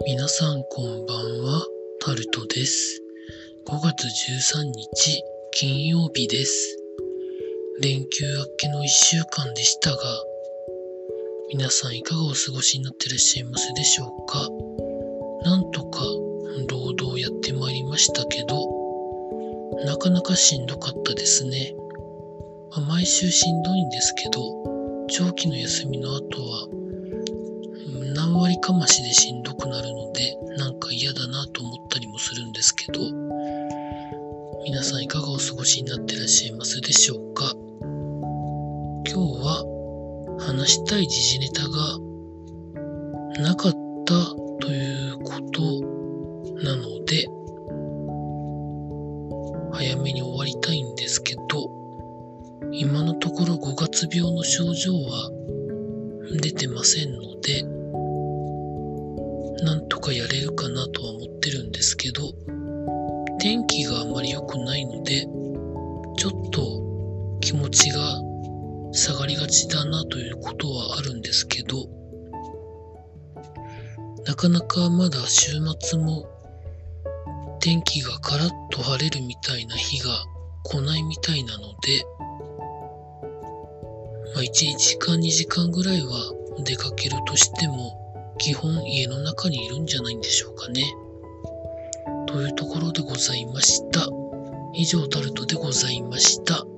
皆さんこんばんは、タルトです。5月13日、金曜日です。連休明けの1週間でしたが、皆さんいかがお過ごしになっていらっしゃいますでしょうか。なんとか労働やってまいりましたけど、なかなかしんどかったですね。毎週しんどいんですけど、長期の休みの後は何割かましでしんどくなるので、なんか嫌だなと思ったりもするんですけど、皆さんいかがお過ごしになっていらっしゃいますでしょうか。今日は話したい時事ネタがなかったということなので、早めに終わりたいんですけど、今のところ5月病の症状は出てませんので、なんとかやれるかなとは思ってるんですけど、天気があまり良くないので、ちょっと気持ちが下がりがちだなということはあるんですけど、なかなかまだ週末も天気がカラッと晴れるみたいな日が来ないみたいなので、1時間2時間ぐらいは出かけるとしても、基本家の中にいるんじゃないんでしょうかね。というところでございました。以上タルトでございました。